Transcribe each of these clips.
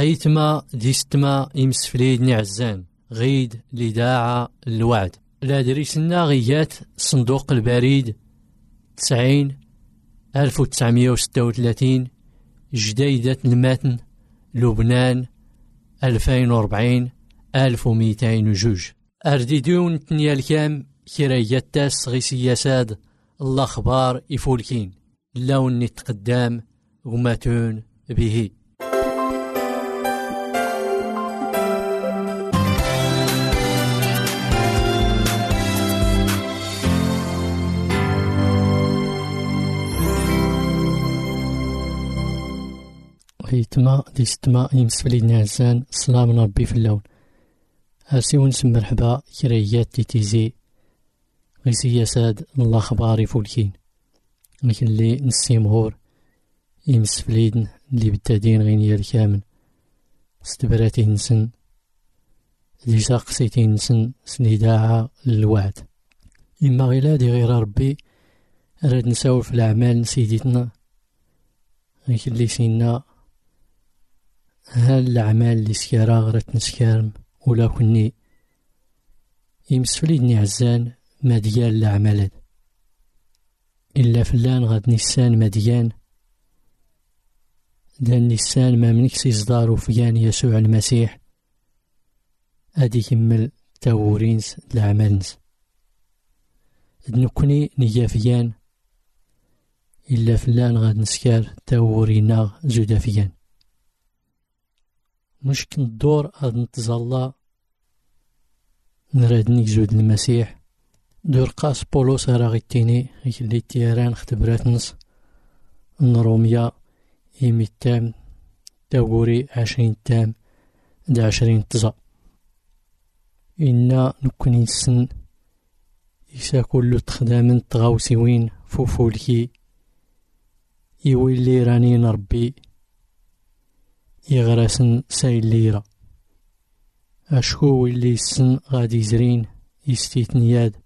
غيتما ديستما يمسفليد نعزان غيد لداعة الوعد لا دريسنا غيات صندوق البريد 90-1936 جديدة المتن لبنان 2040-1202 أرديدون تنيا الكام كرايات تاس غي سياساد الأخبار يفولكين اللون نتقدام وماتون به غيتما ديستما يمسفلي نعزان سلام ربي في اللون هاسيون نسم مرحبا كرايات تيتيزي غي سياساد الأخبار يفولكين لكن اللي نسيمهور يمسفليدن اللي بالتادين غينيا الكامل استبراتي نسن دي ساقسيتي نسن سنداعة للوعد إما غيلا دي غير ربي راد نساول في الأعمال نسيدتنا لكن اللي سينا هل الأعمال اللي سكارا غرات نسكارم ولا كني يمسفليدني عزان ما ديال الأعمال إلا فلان غاد نيسان مديان دان نيسان ما منكس إصدار وفيان يسوع المسيح أدي كمل تاورينس العملنس دنكني نيافيان إلا فلان غاد نسكار تاورينا زودافيان مش كندور غاد نتظلى نرادني زود المسيح دور قاس بولوس راغيتيني اللي تيران اختبرات النروميا إيمي تام تاوري 20 تام 20 تزا إنا نكوني نسن إسا كل تخدام تغاوسيوين فوفولكي يولي راني نربي يغرسن سايليرا أشكو ويلي سن غادي زرين يستيتنياد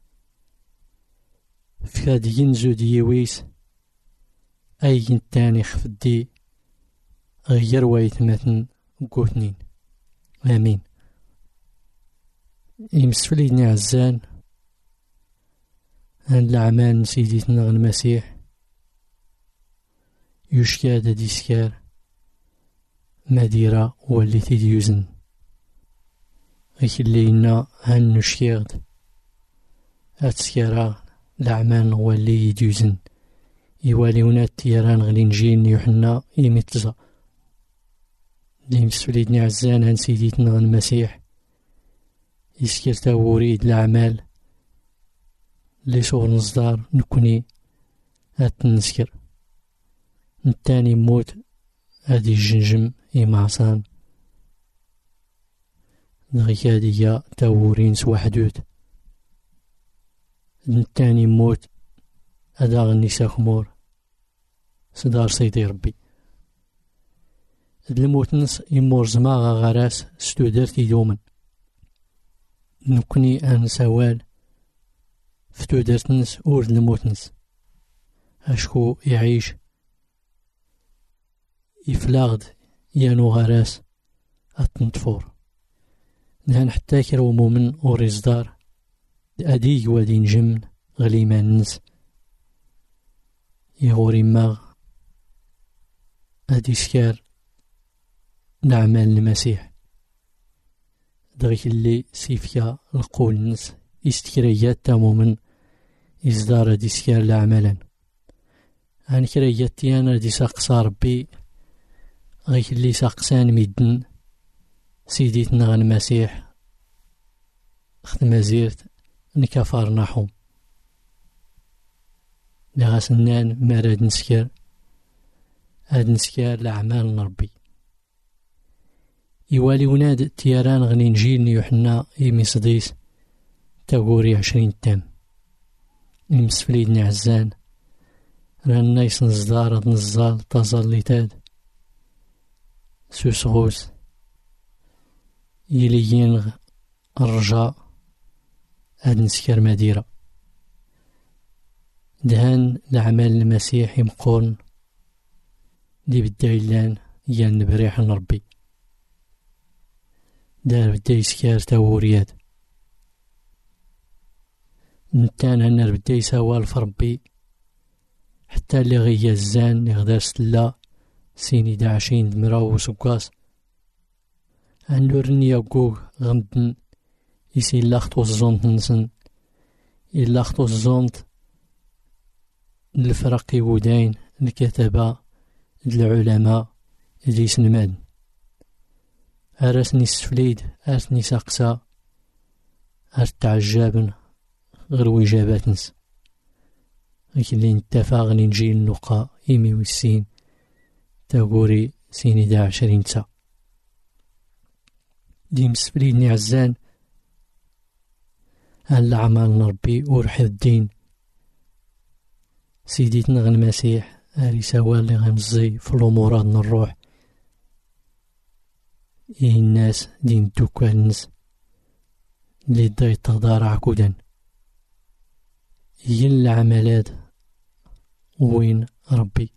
فكاد زود يويس أي تاني خفدي غير ويتمثن قوتنين آمين يمسفليني عزان أن الأعمال سيدتنا المسيح يشكاد ديسكار مديرة والتي ديوزن غيكلينا هن نشكاد أتسكارا الأعمال واللي يديوزن يواليونا تيران غلينجين يوحنا يمتزا ليمسفليدني عزان هن سيدتنا المسيح يسكر تاوريد الأعمال لي صور نصدار نكوني نسكر التاني موت هادي الجنجم إمعصان نغيكادية تاورين سواحدود التاني موت هذا غنيسا خمور صدار سيدي ربي الموتنس يمور زماغا غراس ستودرتي دومن نكوني أنسوال فتودرتنس أورد الموتنس أشكو يعيش يفلاغد يانو غراس التنطفور نهان حتى كرو مومن وريزدار أديك وادين جمن غليمان نس يغوري ماغ أدي سكار نعمل المسيح دغيك اللي سيفيا القول نس استكريات تامومن إصدار أدي سكار لعملا عن كريات تيانا دي ساقصا ربي غيك اللي ساقسان ميدن سيديتنا غن المسيح خدمة زيرت نكفار نحوم لغاسنان مارد نسكر هاد نسكر لعمال نربي يوالي وناد تيران غني نجيل يوحنا يمي صديس تاقوري 20 تام المسفليد نعزان رانا يسنزدار هاد نزال تازاليتاد سوسغوس يليين الرجاء هاد نسكر مديرة دهان لعمل المسيح يمقون دي بالدايلان يان بريح نربي دار بدا يسكار تاورياد نتان هنر بدا يساوال فربي حتى اللي غيا الزان اللي غدار ستلا سيني 20 دمراو وسكاس عندورني يقوغ غمدن يسي لاختو الزونت نسن إلا خطو الزونت الفرق ودين الكتبة العلماء اللي سنماد أرسني السفليد أرسني ساقسا أرتعجابن غير وجابات نس لكن نتفاغ نجي النقا إيمي والسين تاقوري سيني 20 سا دي مسفليد نعزان الأعمال نربي ورحب الدين سيديتنا غن المسيح أري سوال لي غمزي في الأمورات نروح إيه الناس دين الدوكال الناس اللي داي تغدار عكودان ين العملات وين ربي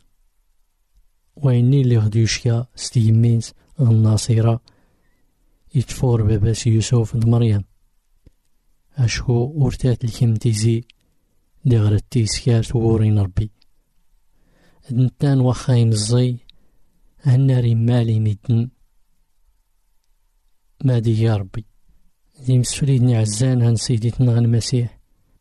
ويني اللي غدو يشكا ستيمينس الناصرة يتفور باباس يوسف مريم أشكو ورتات الكمتيزي دي غرد تيسكار تورين ربي دنتان وخايم الزي هناري مالي ميدن ما دي يا ربي دي مسفليدني عزان هن سيديتنا غن المسيح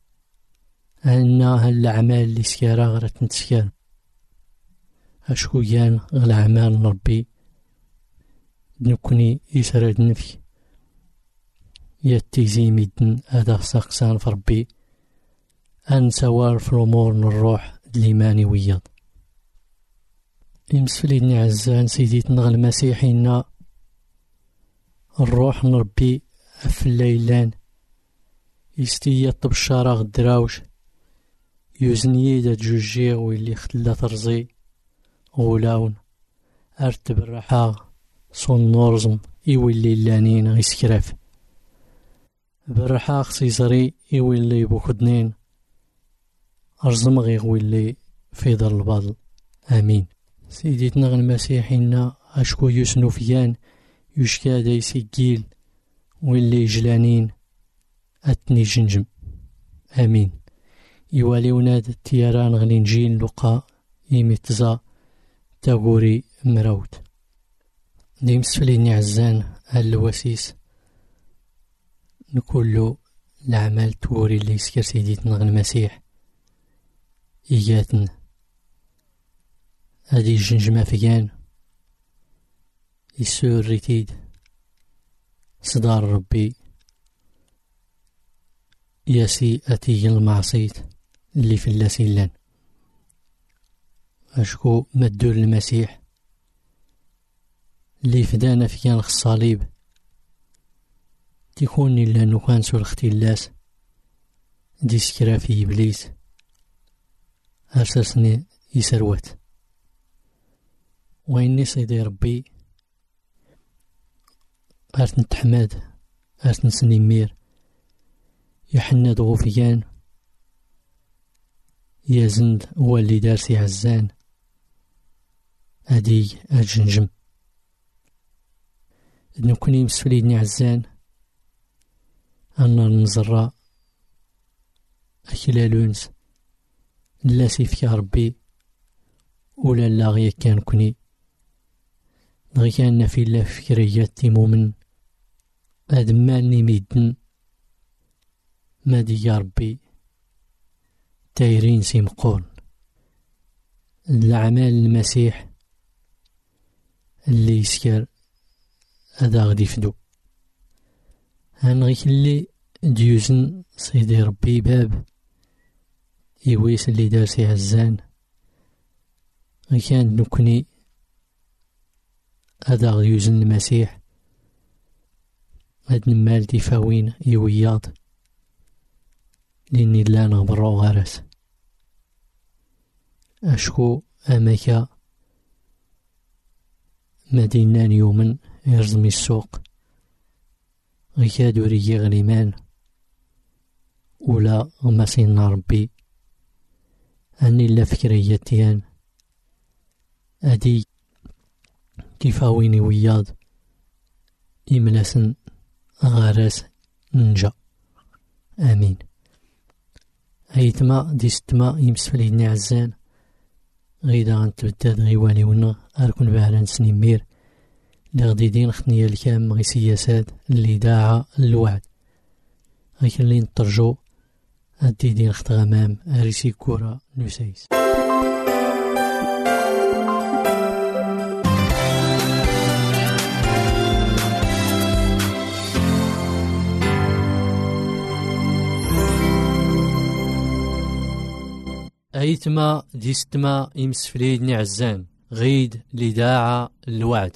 هنا هالأعمال اللي سكارا غرد نتسكار أشكو جان الأعمال ربي نكوني يسرد نفي يتيزي ميدن هذا ساقسان في ربي أن سوار في الأمور الروح الإيماني وياض يمسفليني عزان سيديتنا المسيحينا الروح نربي في الليلان يستيط بالشارع الدراوش يوزني دا جوجيغ ويلي ختلا ترزي غولاون أرتب الرحاغ صون نورزم يولي اللانين غيسكراف بالرحاغ سيزري يولي بوخدنين أرزم غيغ ويلي في ذا الباضل آمين سيديتنا المسيحينا أشكو يسنو فيان يشكا دايسي جيل ويلي جلانين أتني جنجم آمين يوالي وناد تياران غلينجين لقاء يمتزا تاغوري مراوت ديم سفليني عزان الواسيس نقولو العمل توري اللي يسكر سيديتنا المسيح إيجاتن هادي الجنجمة فيان يسور ريتيد صدار ربي ياسي أتي المعصيت اللي في اللاسيلان أشكو مدور المسيح اللي فدانا فيان الصليب تكون إلا أنو كان سور اختلاس دي سكرا في إبليس أرسلني يسروت وإني سيدي ربي أرتن تحماد أرتن سنيمير يحنى دغوفيان يا زند هو اللي دارسي عزان أدي الجنجم نكوني مسفليدني عزان أنا نزرع أكلالونس لا سيف يا ربي ولا لا غيا كان كوني غي كان في الله فكريات تيمومن هاد مالني ميدن ما دي يا ربي تايرين سيمقون الأعمال المسيح اللي يسكر هذا غدي فدو هنغيك اللي ديوزن سيدي ربي باب يويس اللي دارسي عزان كان نكني هذا غيوزن المسيح هاد نمال تفاوين يوياض لاني لا نغبرو غارس أشكو أماكا مدينة يومن يرزمي السوق غيكادو ريجي غليمان ولا غماسين ربي أني لا فكريتيان أدي تفاويني وياض إملاسن غراس نجا آمين. أيتما دي ستما يمسفليدني عزان غيدا غنتبداد غيوالي ونا أركن بعلان سنيمير لغديدين خطنيا الكام غي سياسات اللي داعا الوعد غيكلي نطرجو هديدين خط غمام أريسي كورا نسيس. أيتما دي ستما يمسفليدني عزان غيد لداعا الوعد.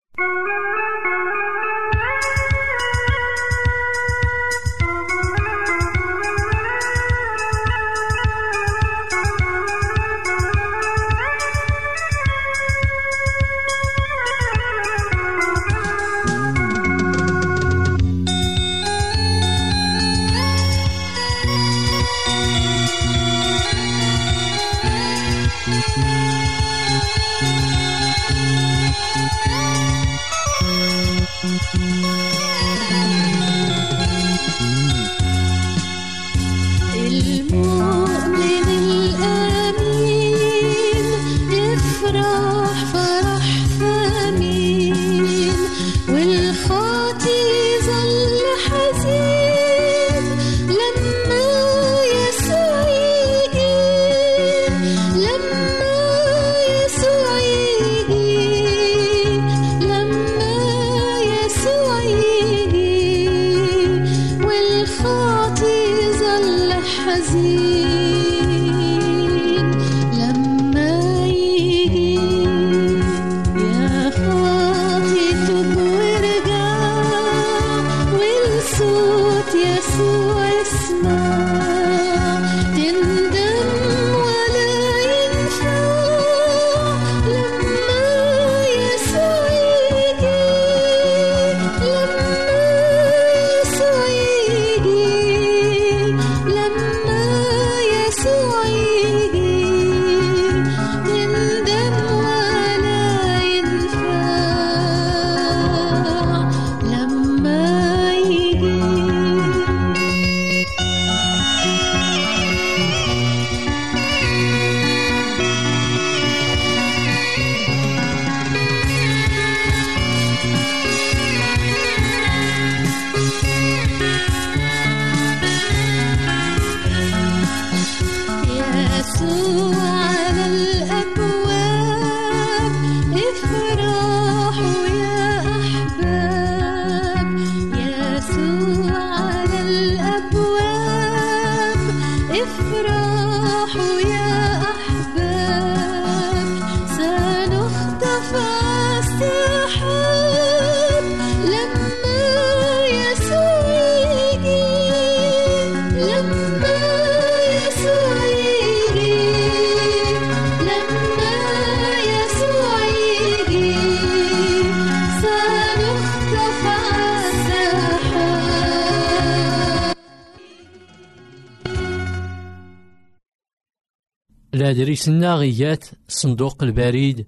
لادريسنا غيات صندوق البريد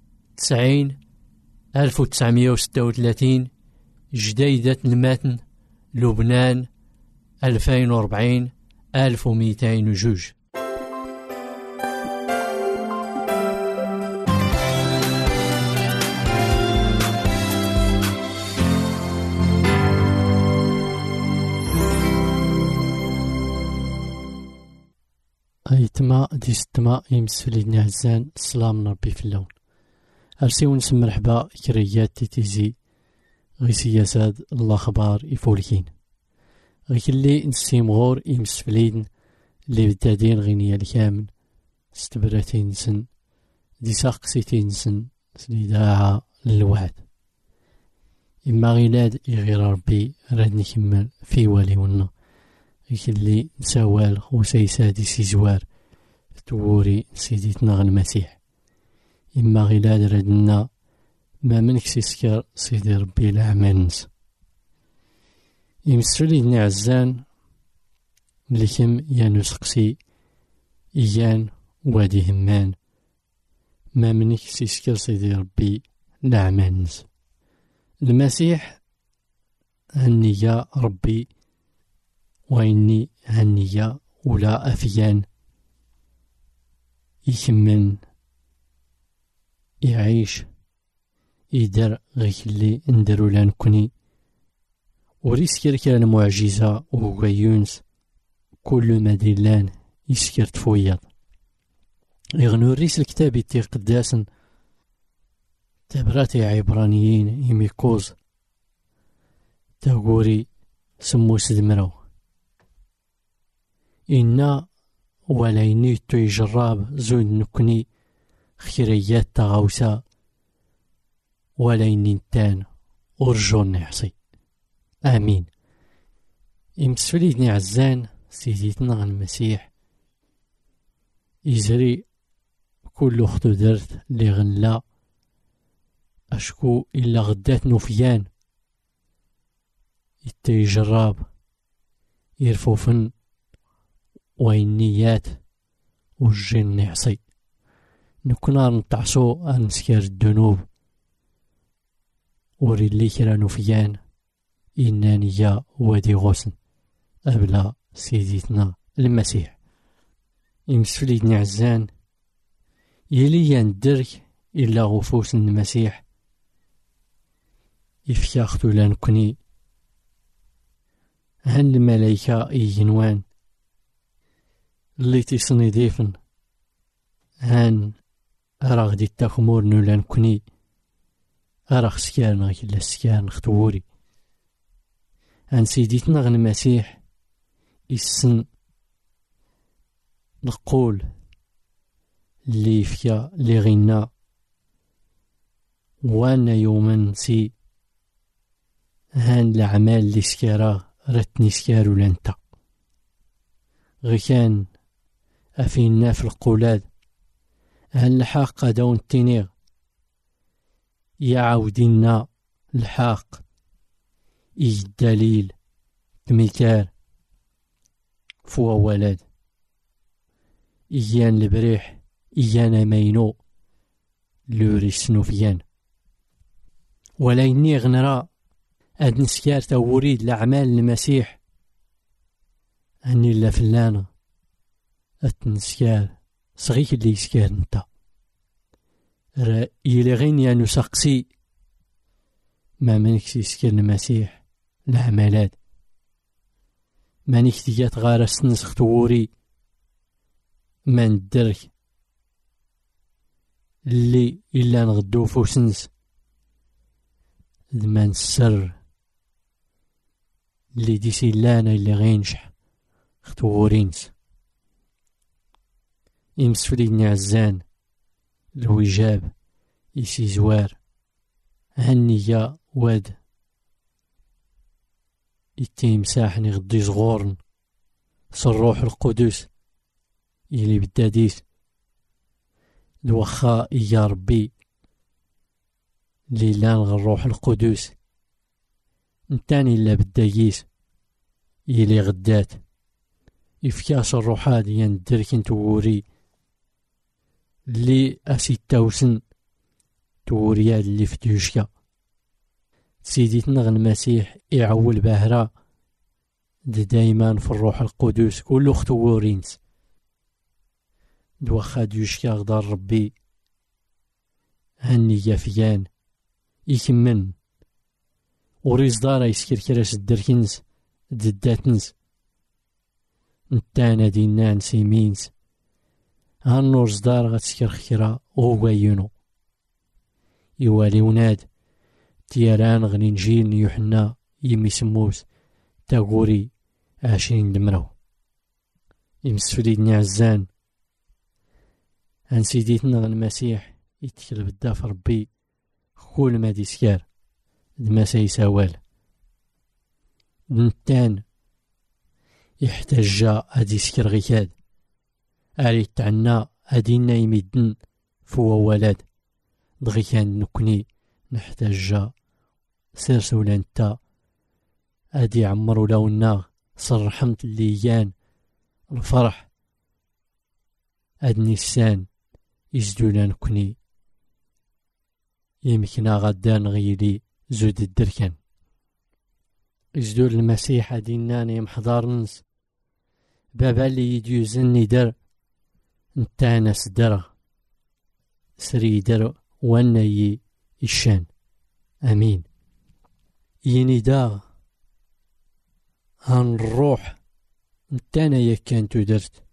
90-1936 جديدة المتن لبنان 2040-1202. أيتما دي ستما يمسفليدني عزان السلام ربي في اللون أرسيو نسم مرحبا كريات تيتيزي غي سياسات الأخبار يفولكين غي كلي نسيمغور يمسفليدن اللي بدادين غينيا الكامل ستبراتين سن دي ساقسيتين سن سليداعا للوعد إما غيلاد يغير ربي راد نكمل في والي ونا اللي نسوال وسيسادي سيزوار توري سيديتنا المسيح إما غلاد ردنا ما منك سيسكر سيدي ربي العمانس يمسفليدني عزان لكم ينسقسي إيان وادي همان ما منك سيسكر سيدي ربي العمانس المسيح هنية ربي وإني هنية ولا أفيان يكمن يعيش يدر غيك اللي ندرو لا نكوني وريسكر كان معجزة وغيونس كل ما ديلان يسكر تفويض يغنو الريس الكتاب يتي قداسا تبراتي عبرانيين يميكوز تاغوري سمو سدمرو إنا وليني تيجراب زود نكني خيريات تغوسا وليني نتان أرجون نحصي آمين. إمسفليدني عزان سيديتنا عن المسيح يزري كل أختو درت اللي غنلا أشكو إلا غدات نوفيان يتيجراب يرفوفن وينيات والجن يعصي نكنا نتعصو نسكر الذنوب وري اللي كرا نوفيان إنانية ودي غسن أبلا سيديتنا المسيح. إمسفليدني عزان يلي يندرك إلا غفوس المسيح يفياختو لانكني هن الملايكة يجنوان اللي تيصني ديفن هان أراغ دي التخمور نولان كني أراغ سكان غيلا سكان خطوري هان سيديتنا غن المسيح يسن نقول اللي فيا اللي غينا وانا يوما سي هان الأعمال اللي سكارا رتني سكارو لانتا غي كان أفينا في القولاد هل الحق دون التنيغ يعاودنا الحق الدليل تميكار فوا ولد إيان البريح إيانا مينو لوري سنوفيان ولا إني غنرا أد نسكار توريد لأعمال المسيح أني لا فلانا أتنسكار صغيك اللي يسكار نتا يلي غين يا نسقسي ما منك يسكر المسيح العمالات مانيك تيات غارة سنسخ توري ما ندرك اللي إلا نغدو فوسنس ذمان السر اللي ديسي لانا اللي غينشح ختورينس يمسفليدني عزان الوجاب يسي زوار هنية واد يتيمساحني غدي صغورن صروح القدس يلي بالداديس الوخا يا ربي ليلان غروح القدس نتاني إلا بالدايس يلي غدات يفكاس الروحات يندرك نتوري اللي أسي تاوسن تورياد اللي في ديوشكا سيديتنا غن المسيح يعول باهرة دايما في الروح القدس كل اختورينس دوخا ديوشكا غدار ربي هني يافيان يكمن وريز دارا يسكر كراس الدركنز دداتنز نتانا دينان سيمينز هالنور زدار غتسكر خيرا غوغايونو يوالي وناد تيران غني نجيل يوحنا يمي سموس تاغوري 20 دمرو يمسفليدني عزان هان سيديتنا المسيح يتكل بالداف ربي كل ما دي سكار دما سيساوال نتان يحتاج هادي سكر غيكاد أريد تعنا هادينا يميدن فوا ولد دغي كان نكني نحتاج سيرس ولا نتا هادي عمرو لونا صرحمت الليان الفرح هاد نيسان يزدونا نكني يمكنا غدا نغيلي زود الدركان إجدور المسيح ديناني محضرنس بابا اللي يديوزني در نتانا سدرة سري در وانا الشان. أمين. يني داغ هنروح نتانا يكانتو درت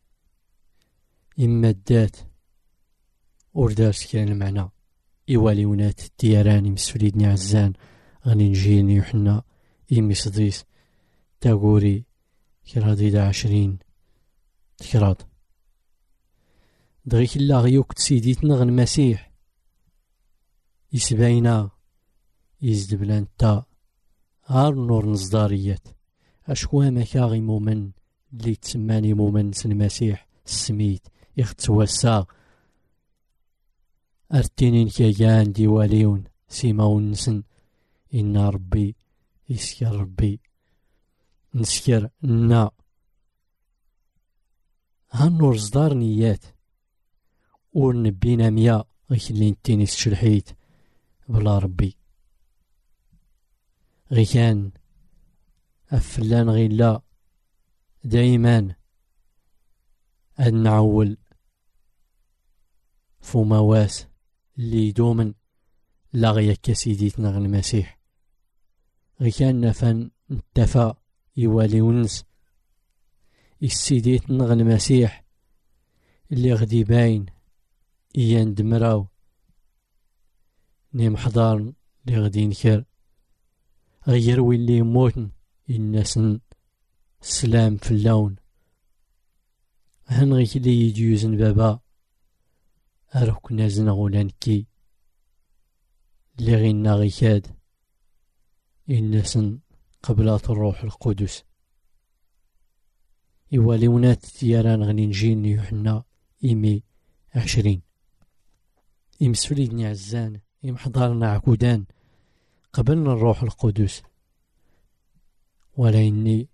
إما الدات وردارس كان المعنى إيواليونات دياراني مسفليدني عزان غني نجيني يوحنا إيمي صديس تاقوري كرادي 20 تكراد دغيك الله غيوك تسيديتنا غن مسيح يسباينا يزدبلان تا هار نور نصداريات أشكوها مكاغي مومن اللي تسماني مومن سن مسيح السميت يختوسا أرتينين كيان ديواليون سيماون نسن إن ربي يسكر ربي نسكر نا هالنور صدار نيات ورنبينا ميا غيكلين تينيس شلحيت بلا ربي غيكان أفلان غيلا دايما أد نعول فمواس اللي دومن لا غيك سيديتنا غن المسيح غيكان نفن نتفا يوالي ونس السيديتنا غن المسيح اللي غدي باين إيان دمراو نيم حضارن اللي غدي نكر غيروي اللي يموتن الناسن سلام في اللون هن غيك اللي يجيوزن بابا أروك نازن غولانكي اللي غينا غيكاد الناسن قبلات الروح القدس إيواليونات تياران غني نجيني يوحنا إيمي 20 إمسفليدني عزان إمحضارنا عكودان قبلنا الروح القدس ولا إني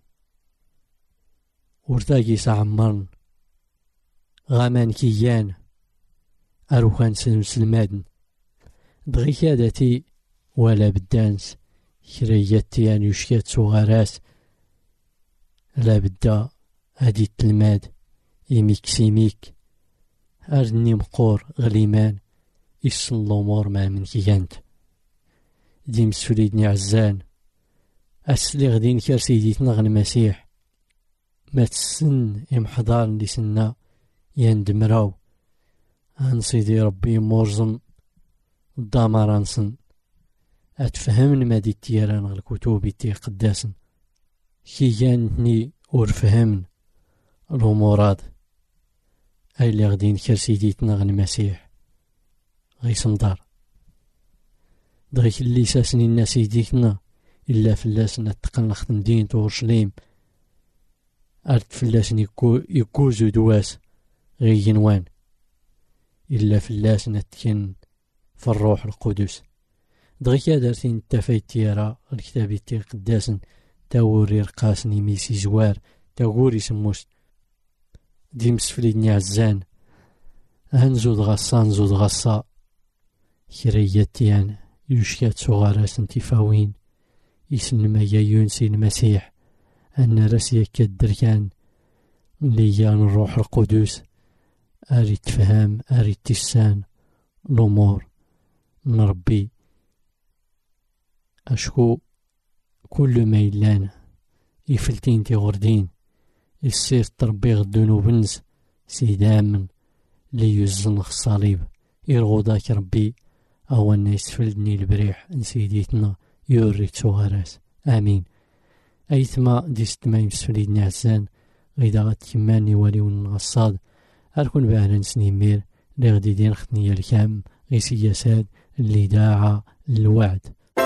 ورتاقي سعمرن غامان كيان أروخان سلمادن دغي كادتي ولا بدانس كرياتيان يشكات صغاراس لا بدا هادي التلماد يميكسيميك أرني مقور غليمان يسن الأمور ما من كيانت ديم سفليدني عزان أسلي غدين كرسيديتنا غن مسيح ما تسن إمحضار اللي سنا يندمراو أنصيدي ربي مرزم الدامرانسن أتفهمن ما دي التيران الكتب تي قداسن كيانتني ورفهمن الأمورات أي اللي غدين كرسيديتنا غن مسيح غيسندار دغيك اللي ساسني الناس يديكنا إلا فلاسنا تقنخت مدينة أورشليم أرد فلاسن يكوزو دواس غي ينوان إلا فلاسنا تكن في الروح القدس دغيك دارتين تفايت تيرا الكتاب تي قداسن تاوري رقاسني ميسي زوار تاوري سموس ديم سفليدني عزان هنزود غصا نزود غصا كرياتيان يشكات صغاراس انتفاوين يسن يونسي المسيح أن راسي كالدركان ليان الروح القدس أريد تفهم أريد تسان الأمور نربي أشكو كل ما يلان يفلتين تي غردين يصير تربي غدونو بنز سيدامن ليوزن الصليب يرغو داك ربي أو أن يسفلدني البريح نسيديتنا يوريك صغاراس. آمين. أيثما ديست ما يمسفليدني عزان غيدا غتكماني وليون غصاد أركون باهنا نسنيمير لي غدي دين ختنيا الكام غي سياسات اللي داعا الوعد.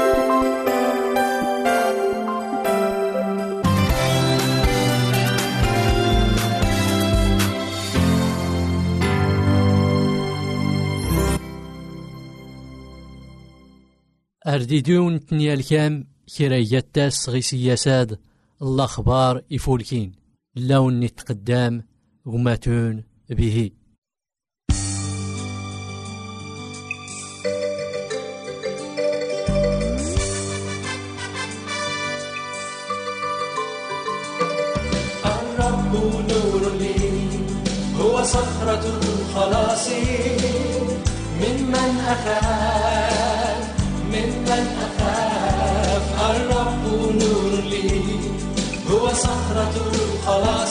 أرديدون تنيا الكام كراياتاس غي سياسات الأخبار يفولكين اللون نتقدام غماتون به. الرب نور لي، هو صخرة الخلاص. ممن أخاف الرب نور لي، هو صخرة الخلاص.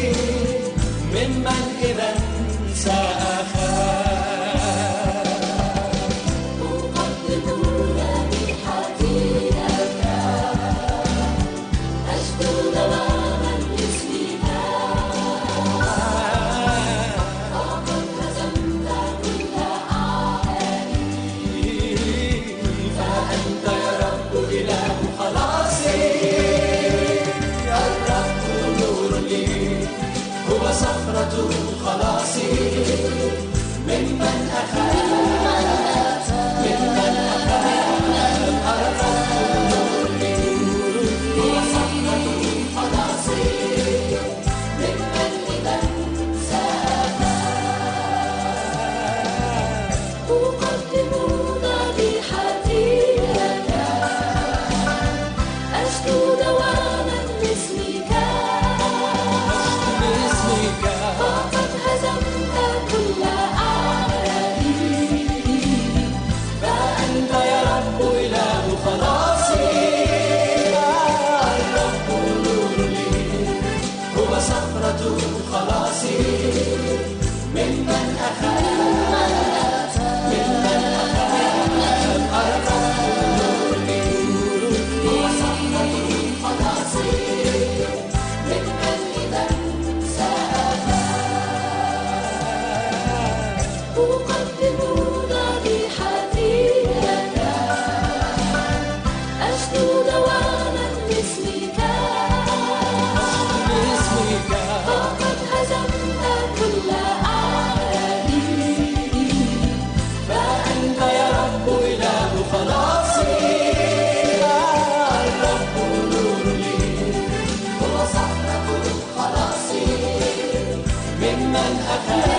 ممن إذا سأخاف. صخرة الخلاص. ممن أخاف الرب نور لي، هو صخرة الخلاص. ممن إذا سأخاف. أقدم ذبيحتي لك، أشكو دواما لاسمك. فقد هزمت كل أعدائي، فأنت يا رب إله خلاصي. الرب نور لي، هو صخرة الخلاص. ممن أخاف الرب نور لي، هو صخرة الخلاص. ممن إذا أقدم ذبيحتي لك، أشكو دواما لاسمك. فقد هزمت كل أعدائي، فأنت يا رب إله خلاصي. الرب نور لي، هو صخرة الخلاص. ممن أخاف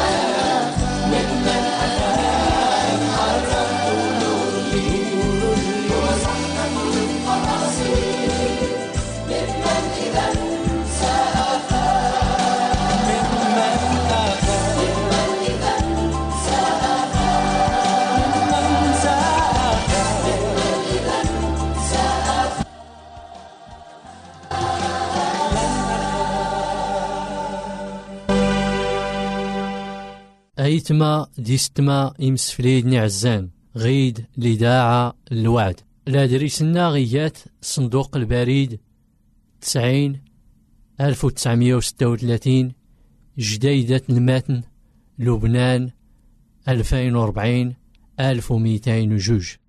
أيتما ديستما إمسفليدني عزان غيد لداعة الوعد. لا دريسنا غيات صندوق البريد 90-1936 جديدة المتن لبنان 2040-1202.